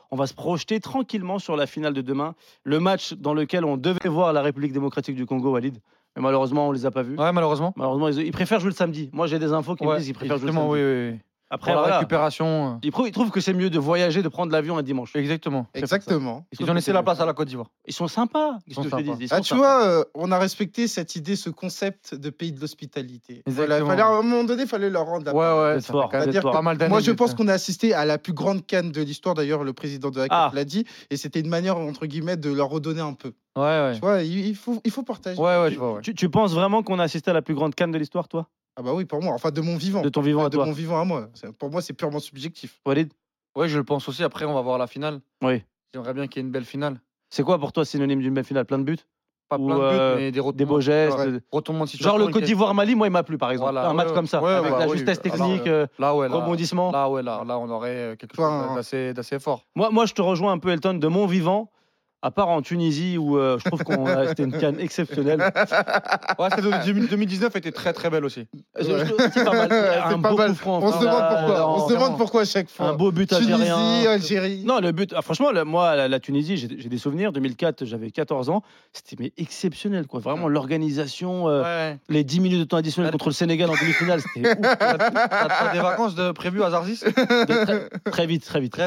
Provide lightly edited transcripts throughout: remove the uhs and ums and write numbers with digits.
on va se projeter tranquillement sur la finale de demain, le match dans lequel on devait voir la République démocratique du Congo, Walid. Mais malheureusement, on les a pas vus. Ouais, malheureusement. Malheureusement, ils préfèrent jouer le samedi. Moi, j'ai des infos qui me disent qu'ils préfèrent jouer le samedi. Oui. Après, pour la voilà. récupération. Ils trouvent que c'est mieux de voyager, de prendre l'avion un dimanche. Exactement. Exactement. Ils ont laissé la place à la Côte d'Ivoire. Ils sont sympas. Ils sont qu'est-ce que je te sympas. dis, ils sont Ah, tu sympas. vois, on a respecté cette idée, ce concept de pays de l'hospitalité. Voilà, Exactement. à un moment donné, il fallait leur rendre la Ouais, Vous êtes ça fort, fait quand même vous êtes fort. pas mal d'années. Moi, je mais pense ça- qu'on a assisté à la plus grande canne de l'histoire. D'ailleurs, le président de la CAF l'a dit. Et c'était une manière, entre guillemets, de leur redonner un peu. Ouais. Tu vois, il faut partager. Ouais, je vois. Ouais. Tu penses vraiment qu'on a assisté à la plus grande canne de l'histoire, toi? Ah bah oui, pour moi. Enfin, de mon vivant. De ton vivant à De toi? mon vivant à moi. Pour moi, c'est purement subjectif. Walid? Ouais, je le pense aussi. Après, on va voir la finale. Oui. J'aimerais bien qu'il y ait une belle finale. C'est quoi pour toi synonyme d'une belle finale? Plein de buts? Pas Ou, plein de buts, mais des Des beaux gestes? retournements de situation. Genre le Côte d'Ivoire-Mali, moi, il m'a plu, par exemple. Voilà, un match ouais, comme ça, ouais, avec ouais, la oui, justesse alors, technique, Là, rebondissement. Là, on aurait quelque chose d'assez fort. Moi, je te rejoins un peu, Elton, de mon vivant. À part en Tunisie où je trouve qu'on c'était une canne exceptionnelle. Ouais, celle de 2019 était très très belle aussi. C'est pas mal. Un C'est pas beau mal. coup franc. On se demande pourquoi. Non, On se demande pourquoi à chaque fois. un beau but Tunisie, algérien. Algérie. Non, le but. Franchement, moi, la Tunisie, j'ai des souvenirs. 2004, j'avais 14 ans. C'était mais exceptionnel, quoi. Vraiment, l'organisation, Ouais. les 10 minutes de temps additionnel contre le Sénégal en demi-finale, c'était ouf. T'as des vacances prévues à Zarzis? Très vite. Très vite.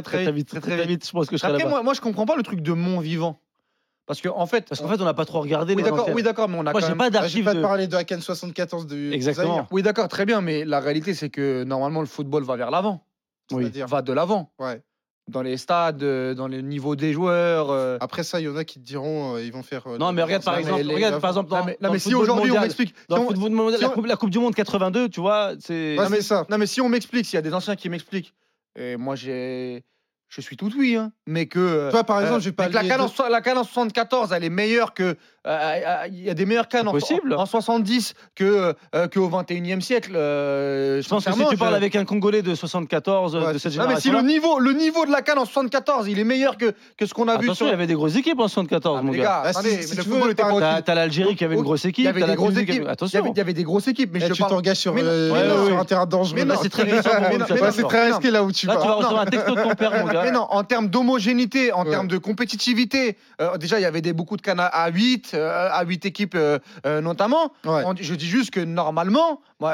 Je pense que je serai Après, là-bas. moi, je comprends pas le truc de mon vivant. Parce qu'en fait, Parce qu'en fait, on n'a pas trop regardé. oui, les d'accord, anciens. mais on a Moi, quand j'ai même. pas Je vais d'archives. pas te parler de la CAN 74 de Exactement. Zaïre. Oui, d'accord, très bien, mais la réalité, c'est que normalement, le football va vers l'avant. Oui. C'est-à-dire. Va de l'avant. Ouais. Dans les stades, dans les niveaux des joueurs. Après ça, il y en a qui te diront, ils vont faire. Non, mais regarde par mais exemple, les- regarde par exemple dans, Non, mais dans le si football aujourd'hui on mondial, m'explique. dans si le on- football mondial, si on- la coupe du Monde 82, tu vois, c'est. Ouais, c'est ça. Non, mais si on m'explique, s'il y a des anciens qui m'expliquent, et moi je suis tout oui, hein, mais que. Toi, par exemple, je vais pas. mais que la CAN en 74, elle est meilleure que. Il y a des meilleures CAN Possible. en 70 qu'au 21e siècle. Je pense que si tu parles avec un Congolais de 74, Ouais, de cette Non, mais si génération. le niveau de la CAN en 74, il est meilleur que ce qu'on a vu Attention, sur. il y avait des grosses équipes en 74, Ah, mon les gars. gars, Ah, attendez, si mais le tu veux, football était pas aussi. T'as l'Algérie qui avait une grosse équipe. Il y avait t'as des la grosses Tunisie qui équipes. avait- Attention. Il y avait des grosses équipes, mais Eh, je tu parle. t'engages sur Mais non, ouais, sur ouais. un terrain dangereux. Mais Là, non, c'est très récent. mais non, Ouais, c'est très risqué là où tu Là, tu vas vas. recevoir un texto de ton père, mon gars. Mais non, en termes d'homogénéité, en Ouais. termes de compétitivité, déjà il y avait beaucoup de cannes à 8 équipes notamment. Ouais. Je dis juste que normalement, moi,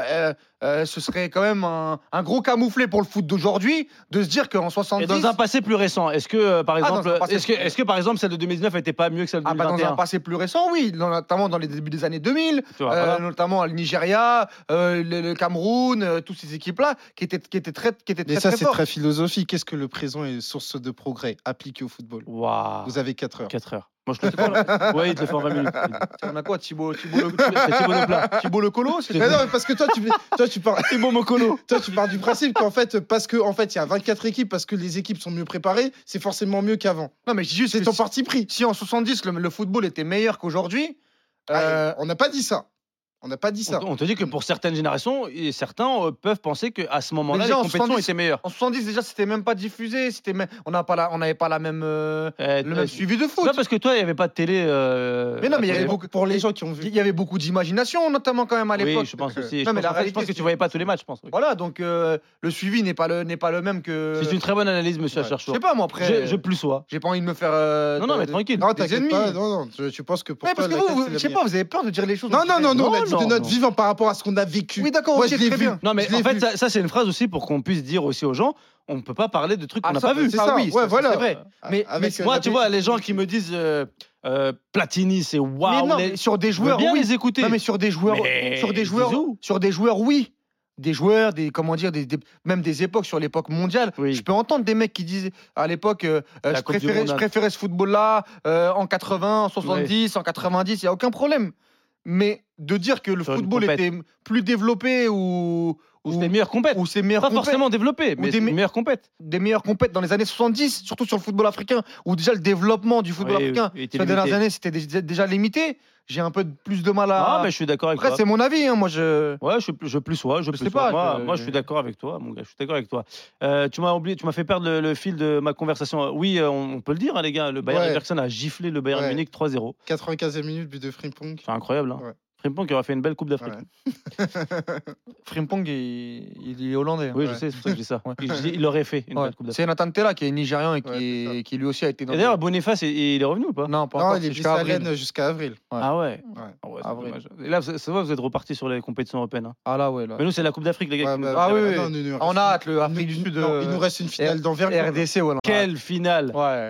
ce serait quand même un gros camouflet pour le foot d'aujourd'hui de se dire qu'en Et 70. dans un passé plus récent, est-ce que par exemple, dans un passé- est-ce que par exemple celle de 2019 était pas mieux que celle de Ah bah dans 2021? un passé plus récent, oui, notamment dans les débuts des années 2000, Tu vois, voilà. notamment le Nigeria, le Cameroun, toutes ces équipes-là qui étaient très Mais ça, c'est fortes. très philosophique. Qu'est-ce que le présent est source de progrès appliqué au football? Waouh. Vous avez 4 heures. 4 heures. Moi, je le fais pas. Ouais, il te le fait en 20 minutes. On a quoi, Thibaut C'est Thibaut Leplat. Thibaut Le Colo c'est- Mais non, parce que toi, tu pars. Thibaut Mokolo. Toi, tu pars du principe qu'en fait, parce que en fait, il y a 24 équipes, parce que les équipes sont mieux préparées, c'est forcément mieux qu'avant. Non, mais je dis juste C'est que ton parti pris. si en 70 le football était meilleur qu'aujourd'hui, On n'a pas dit ça. On n'a pas dit ça. On te dit que pour certaines générations, et certains peuvent penser qu'à ce moment-là, Déjà, les en compétitions 70, étaient meilleures. en 70 déjà c'était même pas diffusé, on n'avait pas la même le Euh, même suivi de foot. Non, parce que toi, il n'y avait pas de télé. Mais non, mais il y avait à beaucoup Pour les gens qui ont vu. il y avait beaucoup d'imagination notamment quand même à l'époque. Oui, je pense aussi. Non, mais la Je réalité, pense que c'est- tu voyais pas tous les matchs, je pense. oui. Voilà, donc le suivi n'est pas le même que. C'est une très bonne analyse, monsieur Ouais. Acharchour. Je sais pas moi après. Je plus sois. J'ai pas envie de me faire. Non, mais tranquille. Non, des t'inquiète ennemis. pas. Non, tu penses que pour Mais toi, parce que la CAN, vous, c'est je la sais meilleure. pas, vous avez peur de dire les choses. Non, non, Non, on a dit de non, notre non. vivant par rapport à ce qu'on a vécu. Oui, d'accord, Moi, ok, je l'ai très vu. bien. Non, mais Je l'ai en fait, vu. ça c'est une phrase aussi pour qu'on puisse dire aussi aux gens, on ne peut pas parler de trucs qu'on Ah, n'a ça, pas vus. C'est ça, oui, ouais, voilà. c'est vrai. Mais Avec, Moi, la tu paix- vois, les gens qui me disent Platini, c'est mais waouh. non, les- mais sur des je veux joueurs, bien oui. les écouter. Non, mais sur des joueurs, Mais oui. Des joueurs, même des époques, sur l'époque mondiale. Oui. Je peux entendre des mecs qui disent à l'époque, La je Coupe du préférais Monde, ce football-là en 80, en 70, en 90, il n'y a aucun problème. Mais de dire que le Sur une football compète. était plus développé ou Ou c'est meilleure compète. c'est meilleur Pas compète, forcément développé, mais des c'est une meilleure compète. des meilleures compètes dans les années 70, surtout sur le football africain, où déjà le développement du football Oui, africain il était ces dernières limité. années, c'était déjà limité. J'ai un peu plus de mal à. Ah, mais je suis d'accord avec Après, toi. c'est mon avis, hein, moi je. Ouais, je plus sois, je Je plus sais sois. pas, Moi, je suis d'accord avec toi, mon gars. Je suis d'accord avec toi. Tu m'as fait perdre le fil de ma conversation. Oui, on peut le dire, hein, les gars. Le Bayern Ouais. Leverkusen a giflé le Bayern Ouais. Munich 3-0. 95e minute, but de Frimpong. C'est incroyable. Hein. Ouais. Frimpong qui aura fait une belle Coupe d'Afrique. Ouais. Frimpong, il est hollandais. Oui, Ouais. je sais, c'est pour ça que je dis ça. Ouais. Il aurait fait une Ouais. belle Coupe d'Afrique. C'est Nathan Tella qui est nigérian et Ouais, c'est qui lui aussi a été dans Et d'ailleurs, Boniface, il est revenu ou pas? Non, pas Non, encore. il est Jusqu'à avril. Bissalen jusqu'à avril. Ouais. Ah ouais. Ouais. Ah ouais, c'est Avril. dommage. Et là, ça va, vous êtes repartis sur les compétitions européennes. Hein. Ah là, ouais. Là. Mais nous, c'est la Coupe d'Afrique, les gars. Ouais, qui nous bah, Ah oui, oui. non, il nous On reste a une- hâte, le Afrique du Sud. non, il nous reste une finale d'envergure. RDC, ouais. Quelle finale! Ouais.